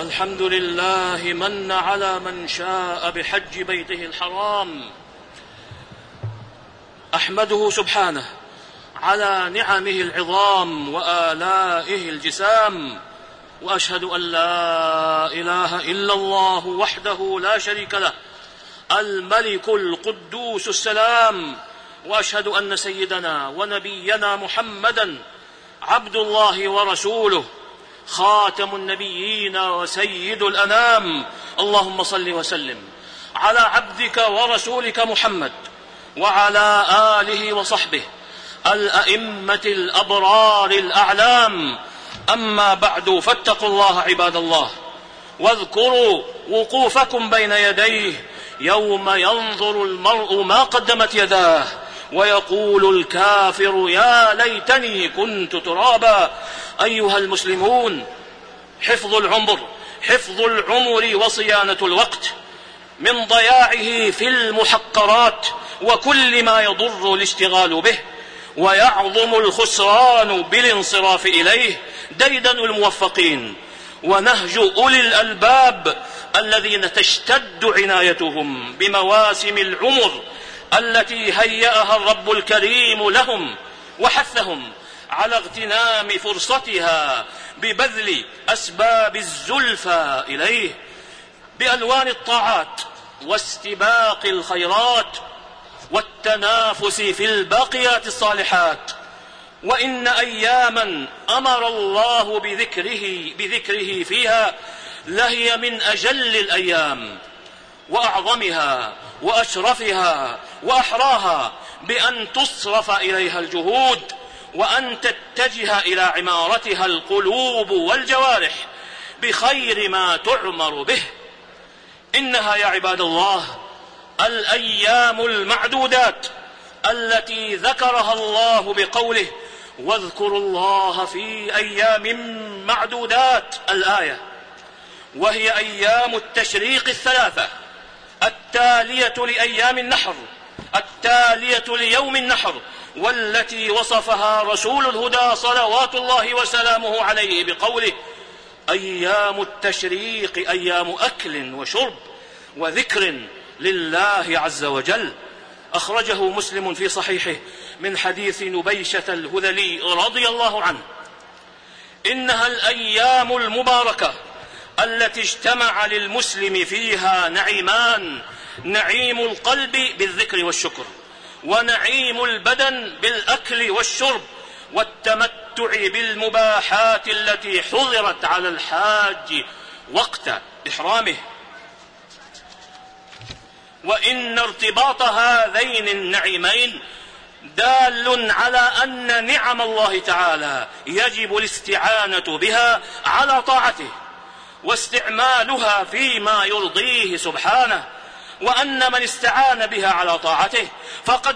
الحمد لله من على من شاء بحج بيته الحرام. أحمده سبحانه على نعمه العظام وآلائه الجسام، وأشهد أن لا إله إلا الله وحده لا شريك له الملك القدوس السلام، وأشهد أن سيدنا ونبينا محمدا عبد الله ورسوله خاتم النبيين وسيد الأنام. اللهم صل وسلم على عبدك ورسولك محمد وعلى آله وصحبه الأئمة الأبرار الأعلام. أما بعد، فاتقوا الله عباد الله، واذكروا وقوفكم بين يديه يوم ينظر المرء ما قدمت يداه ويقول الكافر يا ليتني كنت ترابا. أيها المسلمون، حفظ العمر وصيانة الوقت من ضياعه في المحقرات وكل ما يضر الاشتغال به، ويعظم الخسران بالانصراف إليه ديدن الموفقين ونهج أولي الألباب الذين تشتد عنايتهم بمواسم العمر التي هيأها الرب الكريم لهم، وحثهم على اغتنام فرصتها ببذل أسباب الزلفى إليه بألوان الطاعات واستباق الخيرات والتنافس في الباقيات الصالحات. وإن أياما أمر الله بذكره فيها لهي من أجل الأيام وأعظمها وأشرفها وأحراها بأن تصرف إليها الجهود وأن تتجه إلى عمارتها القلوب والجوارح بخير ما تعمر به. إنها يا عباد الله الأيام المعدودات التي ذكرها الله بقوله واذكروا الله في أيام معدودات الآية، وهي أيام التشريق الثلاثة التالية لأيام النحر، التالية ليوم النحر، والتي وصفها رسول الهدى صلوات الله وسلامه عليه بقوله أيام التشريق أيام أكل وشرب وذكر لله عز وجل. أخرجه مسلم في صحيحه من حديث نبيشة الهذلي رضي الله عنه. إنها الأيام المباركة التي اجتمع للمسلم فيها نعيمان: نعيم القلب بالذكر والشكر، ونعيم البدن بالأكل والشرب والتمتع بالمباحات التي حظرت على الحاج وقت إحرامه. وإن ارتباط هذين النعيمين دال على أن نعم الله تعالى يجب الاستعانة بها على طاعته واستعمالها فيما يرضيه سبحانه، وأن من استعان بها على طاعته فقد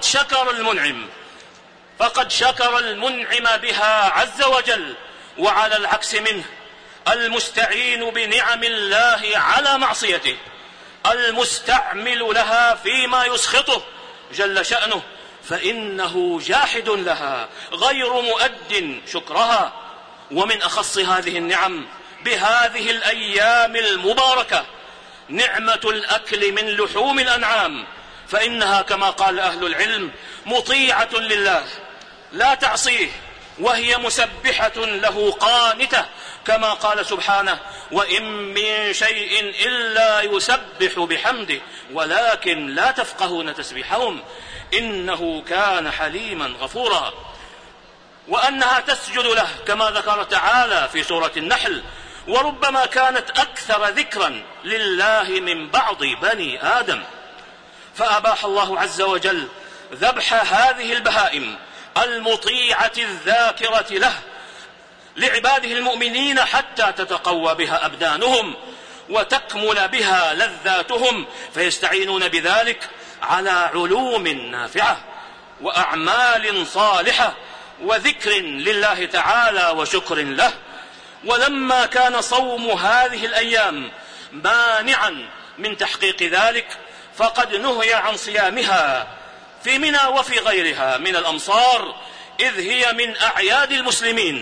شكر المنعم بها عز وجل. وعلى العكس منه المستعين بنعم الله على معصيته المستعمل لها فيما يسخطه جل شأنه فإنه جاحد لها غير مؤد شكرها. ومن أخص هذه النعم بهذه الأيام المباركة نعمة الأكل من لحوم الأنعام، فإنها كما قال أهل العلم مطيعة لله لا تعصيه، وهي مسبحة له قانتة، كما قال سبحانه وإن من شيء إلا يسبح بحمده ولكن لا تفقهون تسبيحهم إنه كان حليما غفورا. وأنها تسجد له كما ذكر تعالى في سورة النحل وربما كانت أكثر ذكرا لله من بعض بني آدم. فأباح الله عز وجل ذبح هذه البهائم المطيعة الذاكرة له لعباده المؤمنين حتى تتقوى بها أبدانهم وتكمل بها لذاتهم، فيستعينون بذلك على علوم نافعة وأعمال صالحة وذكر لله تعالى وشكر له. ولما كان صوم هذه الأيام مانعا من تحقيق ذلك فقد نهي عن صيامها في منى وفي غيرها من الأمصار، إذ هي من أعياد المسلمين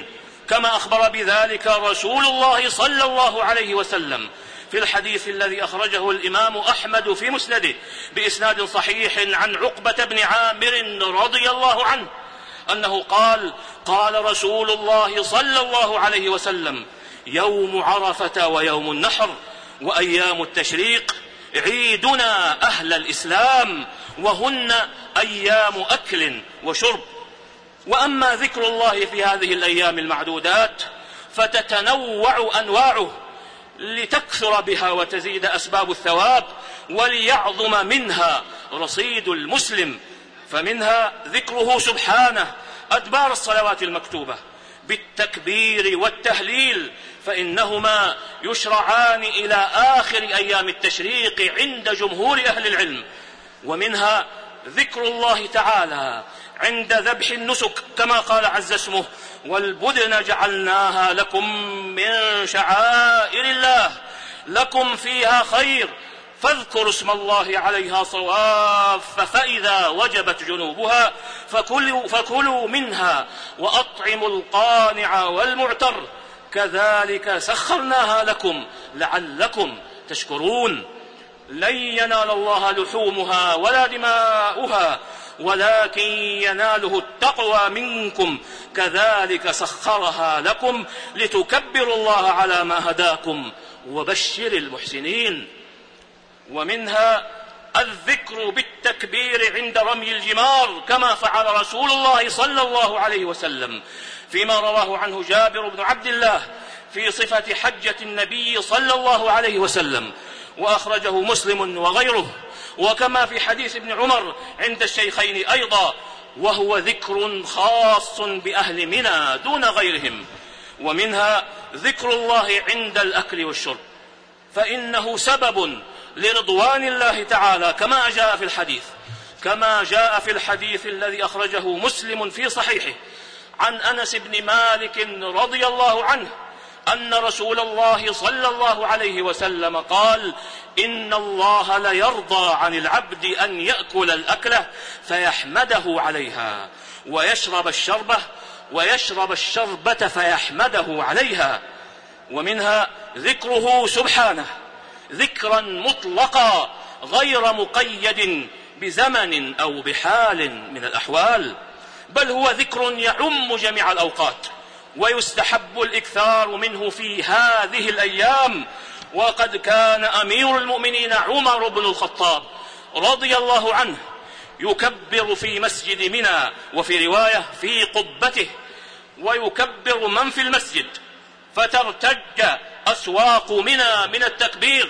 كما أخبر بذلك رسول الله صلى الله عليه وسلم في الحديث الذي أخرجه الإمام أحمد في مسنده بإسناد صحيح عن عقبة بن عامر رضي الله عنه أنه قال: قال رسول الله صلى الله عليه وسلم: يوم عرفة ويوم النحر وأيام التشريق عيدنا أهل الإسلام، وهن أيام أكل وشرب. وأما ذكر الله في هذه الأيام المعدودات فتتنوع أنواعه لتكثر بها وتزيد أسباب الثواب وليعظم منها رصيد المسلم. فمنها ذكره سبحانه أدبار الصلوات المكتوبة بالتكبير والتهليل، فإنهما يشرعان إلى آخر أيام التشريق عند جمهور أهل العلم. ومنها ذكر الله تعالى عند ذبح النسك كما قال عز اسمه: والبدن جعلناها لكم من شعائر الله لكم فيها خير فاذكروا اسم الله عليها صواف فإذا وجبت جنوبها فكلوا منها وأطعموا القانع والمعتر كذلك سخرناها لكم لعلكم تشكرون. لن ينال الله لحومها ولا دماؤها ولكن يناله التقوى منكم كذلك سخرها لكم لتكبروا الله على ما هداكم وبشر المحسنين. ومنها الذكر بالتكبير عند رمي الجمار كما فعل رسول الله صلى الله عليه وسلم فيما رواه عنه جابر بن عبد الله في صفة حجة النبي صلى الله عليه وسلم، وأخرجه مسلم وغيره، وكما في حديث ابن عمر عند الشيخين أيضا، وهو ذكر خاص بأهل منى دون غيرهم. ومنها ذكر الله عند الأكل والشرب، فإنه سبب لرضوان الله تعالى كما جاء في الحديث الذي أخرجه مسلم في صحيحه عن أنس بن مالك رضي الله عنه أن رسول الله صلى الله عليه وسلم قال: إن الله ليرضى عن العبد أن يأكل الأكلة فيحمده عليها ويشرب الشربة فيحمده عليها. ومنها ذكره سبحانه ذكرا مطلقا غير مقيد بزمن أو بحال من الأحوال، بل هو ذكر يعم جميع الأوقات، ويستحب الإكثار منه في هذه الأيام. وقد كان أمير المؤمنين عمر بن الخطاب رضي الله عنه يكبر في مسجد منى، وفي رواية في قبته، ويكبر من في المسجد فترتج أسواق منى من التكبير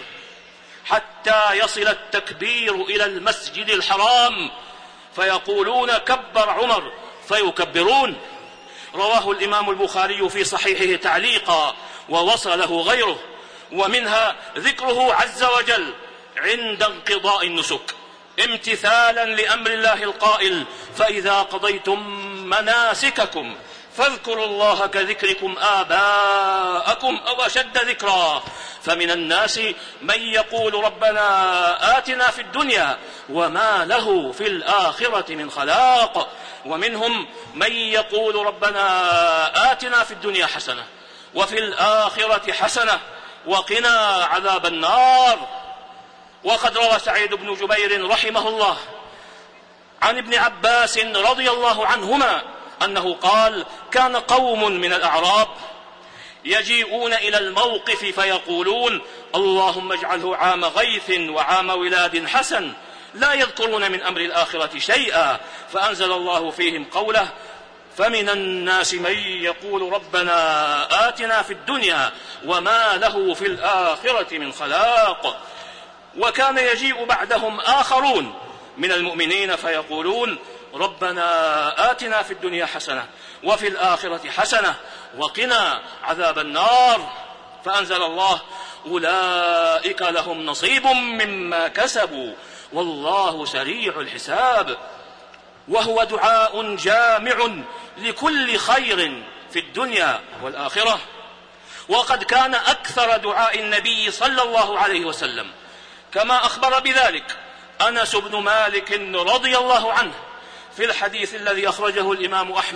حتى يصل التكبير إلى المسجد الحرام فيقولون: كبر عمر، فيكبرون. رواه الإمام البخاري في صحيحه تعليقا ووصله غيره. ومنها ذكره عز وجل عند انقضاء النسك امتثالا لأمر الله القائل: فإذا قضيتم مناسككم فاذكروا الله كذكركم آباءكم أو أشد ذكرا. فمن الناس من يقول: ربنا آتنا في الدنيا وما له في الآخرة من خلاق. ومنهم من يقول: ربنا آتنا في الدنيا حسنة وفي الآخرة حسنة وقنا عذاب النار. وقد روى سعيد بن جبير رحمه الله عن ابن عباس رضي الله عنهما أنه قال: كان قوم من الأعراب يجيئون إلى الموقف فيقولون: اللهم اجعله عام غيث وعام ولاد حسن، لا يذكرون من أمر الآخرة شيئا، فأنزل الله فيهم قوله: فمن الناس من يقول ربنا آتنا في الدنيا وما له في الآخرة من خلاق. وكان يجيء بعدهم آخرون من المؤمنين فيقولون: ربنا آتنا في الدنيا حسنة وفي الآخرة حسنة وقنا عذاب النار. فأنزل الله: أولئك لهم نصيب مما كسبوا والله سريع الحساب. وهو دعاء جامع لكل خير في الدنيا والآخرة. وقد كان أكثر دعاء النبي صلى الله عليه وسلم كما أخبر بذلك أنس بن مالك رضي الله عنه في الحديث الذي أخرجه الإمام أحمد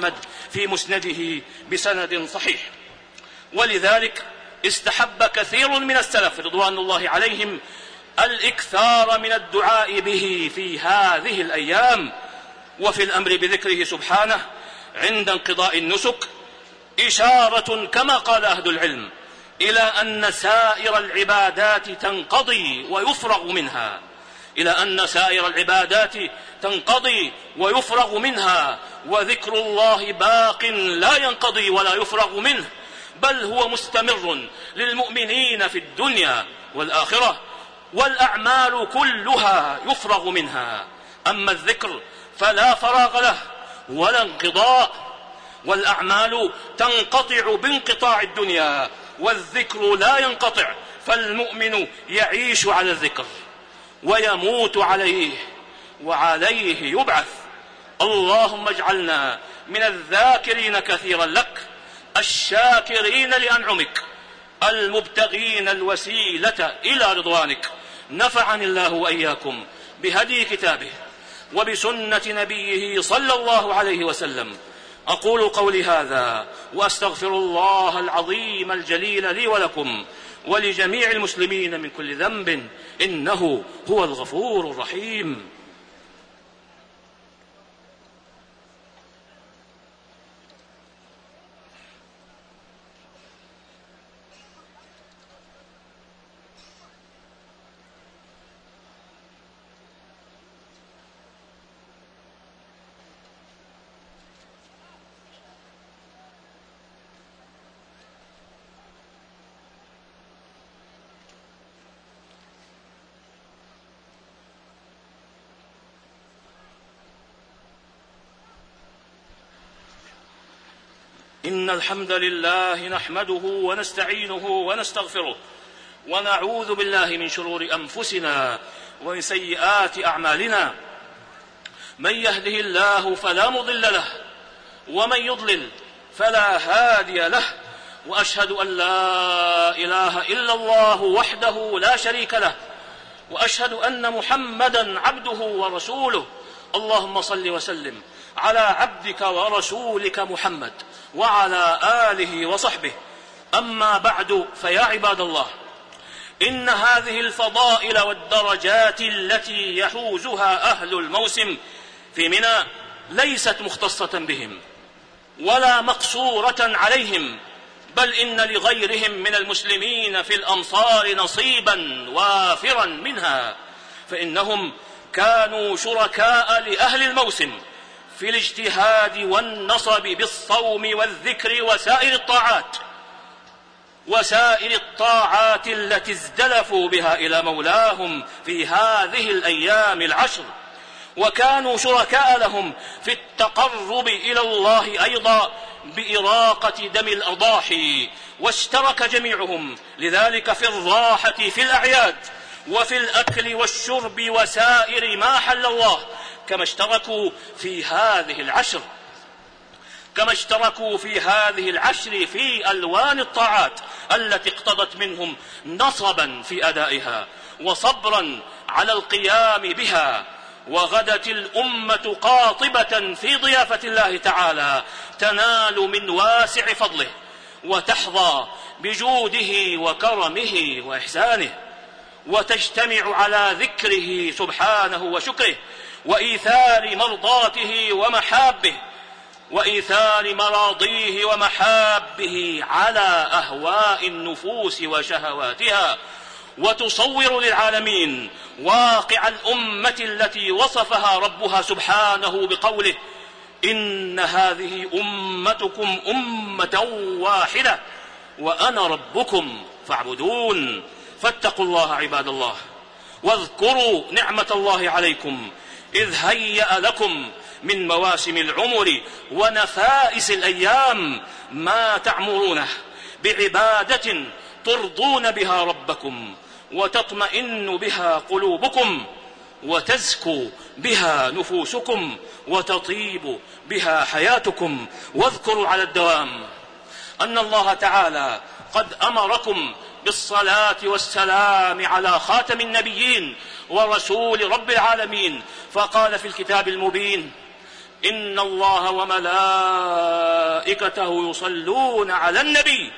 في مسنده بسند صحيح. ولذلك استحب كثير من السلف رضوان الله عليهم الإكثار من الدعاء به في هذه الأيام، وفي الأمر بذكره سبحانه عند انقضاء النسك إشارة كما قال أهل العلم إلى أن سائر العبادات تنقضي ويفرغ منها، إلى أن سائر العبادات تنقضي ويفرغ منها، وذكر الله باق لا ينقضي ولا يفرغ منه، بل هو مستمر للمؤمنين في الدنيا والآخرة، والأعمال كلها يفرغ منها. أما الذكر فلا فراغ له ولا انقضاء، والأعمال تنقطع بانقطاع الدنيا والذكر لا ينقطع، فالمؤمن يعيش على الذكر ويموت عليه وعليه يبعث. اللهم اجعلنا من الذاكرين كثيرا لك الشاكرين لأنعمك المبتغين الوسيلة إلى رضوانك. نفعني الله وإياكم بهدي كتابه وبسنة نبيه صلى الله عليه وسلم. أقول قولي هذا وأستغفر الله العظيم الجليل لي ولكم ولجميع المسلمين من كل ذنب، إنه هو الغفور الرحيم. إن الحمد لله نحمده ونستعينه ونستغفره ونعوذ بالله من شرور أنفسنا ومن سيئات أعمالنا. من يهده الله فلا مضل له ومن يضلل فلا هادي له، وأشهد أن لا إله إلا الله وحده لا شريك له، وأشهد أن محمدا عبده ورسوله. اللهم صل وسلم على عبدك ورسولك محمد وعلى آله وصحبه. أما بعد، فيا عباد الله، إن هذه الفضائل والدرجات التي يحوزها أهل الموسم في منى ليست مختصة بهم ولا مقصورة عليهم، بل إن لغيرهم من المسلمين في الأمصار نصيبا وافرا منها، فإنهم كانوا شركاء لأهل الموسم في الاجتهاد والنصب بالصوم والذكر وسائر الطاعات التي ازدلفوا بها إلى مولاهم في هذه الأيام العشر، وكانوا شركاء لهم في التقرب إلى الله أيضا بإراقة دم الأضاحي، واشترك جميعهم لذلك في الراحة في الأعياد وفي الأكل والشرب وسائر ما حل الله، كما اشتركوا في هذه العشر في ألوان الطاعات التي اقتضت منهم نصبا في أدائها وصبرا على القيام بها. وغدت الأمة قاطبة في ضيافة الله تعالى تنال من واسع فضله وتحظى بجوده وكرمه وإحسانه، وتجتمع على ذكره سبحانه وشكره وإيثار مرضاته وإيثار مراضيه ومحابه على أهواء النفوس وشهواتها، وتصور للعالمين واقع الأمة التي وصفها ربها سبحانه بقوله: إن هذه أمتكم أمة واحدة وأنا ربكم فاعبدون. فاتقوا الله عباد الله، واذكروا نعمة الله عليكم إذ هيأ لكم من مواسم العمر ونفائس الأيام ما تعمرونه بعبادة ترضون بها ربكم وتطمئن بها قلوبكم وتزكو بها نفوسكم وتطيب بها حياتكم. واذكروا على الدوام أن الله تعالى قد أمركم بالصلاة والسلام على خاتم النبيين ورسول رب العالمين، فقال في الكتاب المبين: إن الله وملائكته يصلون على النبي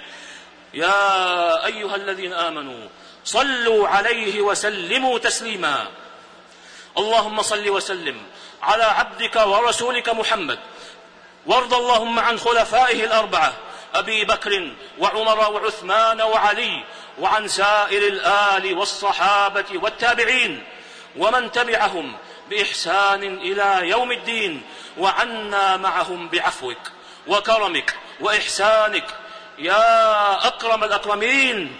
يا أيها الذين آمنوا صلوا عليه وسلموا تسليما. اللهم صل وسلم على عبدك ورسولك محمد، وارض اللهم عن خلفائه الأربعة أبي بكر وعمر وعثمان وعلي، وعن سائر الآل والصحابة والتابعين ومن تبعهم بإحسان إلى يوم الدين، وعنا معهم بعفوك وكرمك وإحسانك يا أكرم الأكرمين.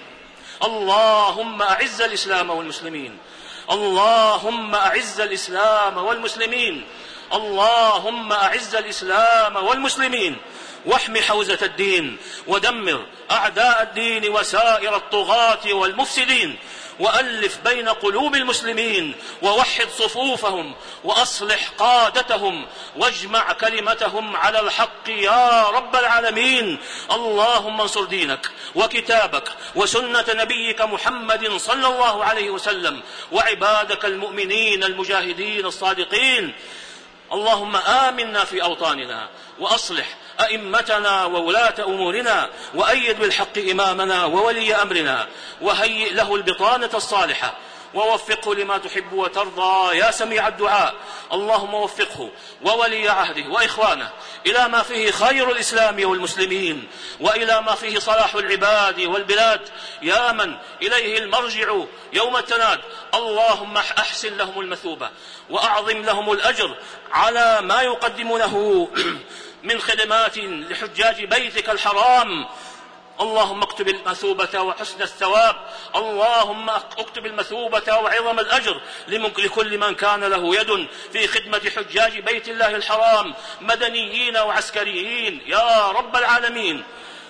اللهم أعز الإسلام والمسلمين، اللهم أعز الإسلام والمسلمين، اللهم أعز الإسلام والمسلمين، واحم حوزة الدين، ودمر أعداء الدين وسائر الطغاة والمفسدين، وألف بين قلوب المسلمين، ووحد صفوفهم، وأصلح قادتهم، واجمع كلمتهم على الحق يا رب العالمين. اللهم انصر دينك وكتابك وسنة نبيك محمد صلى الله عليه وسلم، وعبادك المؤمنين المجاهدين الصادقين. اللهم آمنا في أوطاننا، وأصلح أئمتنا وولاة أمورنا، وأيد بالحق إمامنا وولي أمرنا، وهيئ له البطانة الصالحة، ووفقه لما تحب وترضى يا سميع الدعاء. اللهم وفقه وولي عهده وإخوانه إلى ما فيه خير الإسلام والمسلمين، وإلى ما فيه صلاح العباد والبلاد، يا من إليه المرجع يوم التناد. اللهم أحسن لهم المثوبة، وأعظم لهم الأجر على ما يقدمونه من خدمات لحجاج بيتك الحرام. اللهم اكتب المثوبة وحسن الثواب، اللهم اكتب المثوبة وعظم الأجر لكل من كان له يد في خدمة حجاج بيت الله الحرام، مدنيين وعسكريين يا رب العالمين.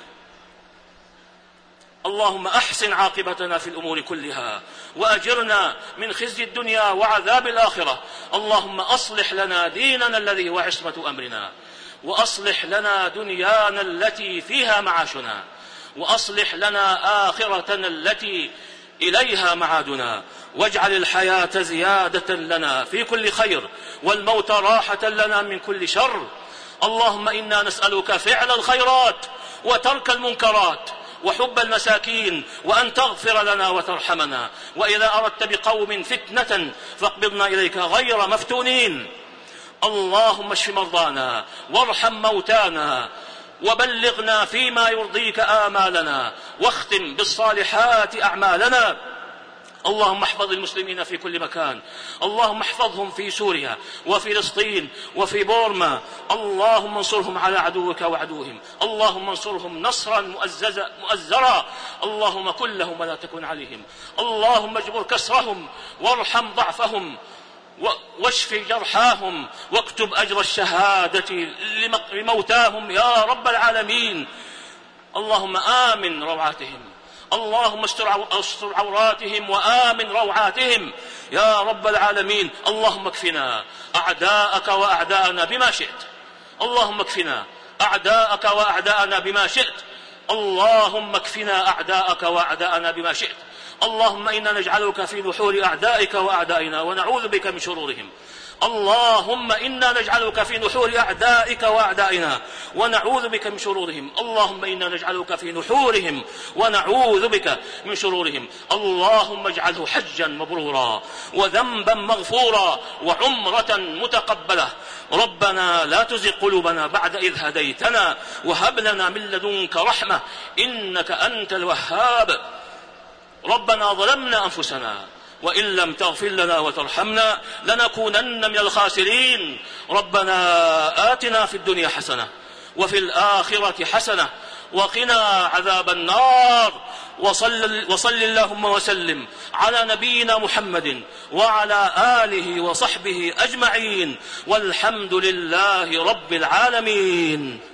اللهم أحسن عاقبتنا في الأمور كلها، وأجرنا من خزي الدنيا وعذاب الآخرة. اللهم أصلح لنا ديننا الذي هو عصمة أمرنا، وأصلح لنا دنيانا التي فيها معاشنا، وأصلح لنا آخرتنا التي إليها معادنا، واجعل الحياة زيادة لنا في كل خير، والموت راحة لنا من كل شر. اللهم إنا نسألك فعل الخيرات وترك المنكرات وحب المساكين، وأن تغفر لنا وترحمنا، وإذا أردت بقوم فتنة فاقبضنا إليك غير مفتونين. اللهم اشف مرضانا وارحم موتانا، وبلغنا فيما يرضيك آمالنا، واختم بالصالحات أعمالنا. اللهم احفظ المسلمين في كل مكان، اللهم احفظهم في سوريا وفلسطين وفي بورما. اللهم انصرهم على عدوك وعدوهم، اللهم انصرهم نصرا مؤزرا. اللهم كن لهم ولا تكن عليهم، اللهم اجبر كسرهم وارحم ضعفهم، واشف جرحاهم، واكتب أجر الشهادة لموتاهم يا رب العالمين. اللهم آمن روعاتهم، اللهم استر عوراتهم وآمن روعاتهم يا رب العالمين. اللهم اكفنا أعداءك وأعداءنا بما شئت، اللهم اكفنا أعداءك وأعداءنا بما شئت، اللهم اكفنا أعداءك وأعداءنا بما شئت. اللهم إنا نجعلك في نحور أعدائك وأعدائنا ونعوذ بك من شرورهم. اللهم إنا نجعلك في نحور أعدائك وأعدائنا ونعوذ بك من شرورهم. اللهم إنا نجعلك في نحورهم ونعوذ بك من شرورهم. اللهم اجعله حجا مبرورا وذنبا مغفورا وعمرة متقبلة. ربنا لا تزغ قلوبنا بعد إذ هديتنا، وهب لنا من لدنك رحمة إنك أنت الوهاب. ربنا ظلمنا أنفسنا وإن لم تغفر لنا وترحمنا لنكونن من الخاسرين. ربنا آتنا في الدنيا حسنة وفي الآخرة حسنة وقنا عذاب النار. وصل اللهم وسلم على نبينا محمد وعلى آله وصحبه أجمعين، والحمد لله رب العالمين.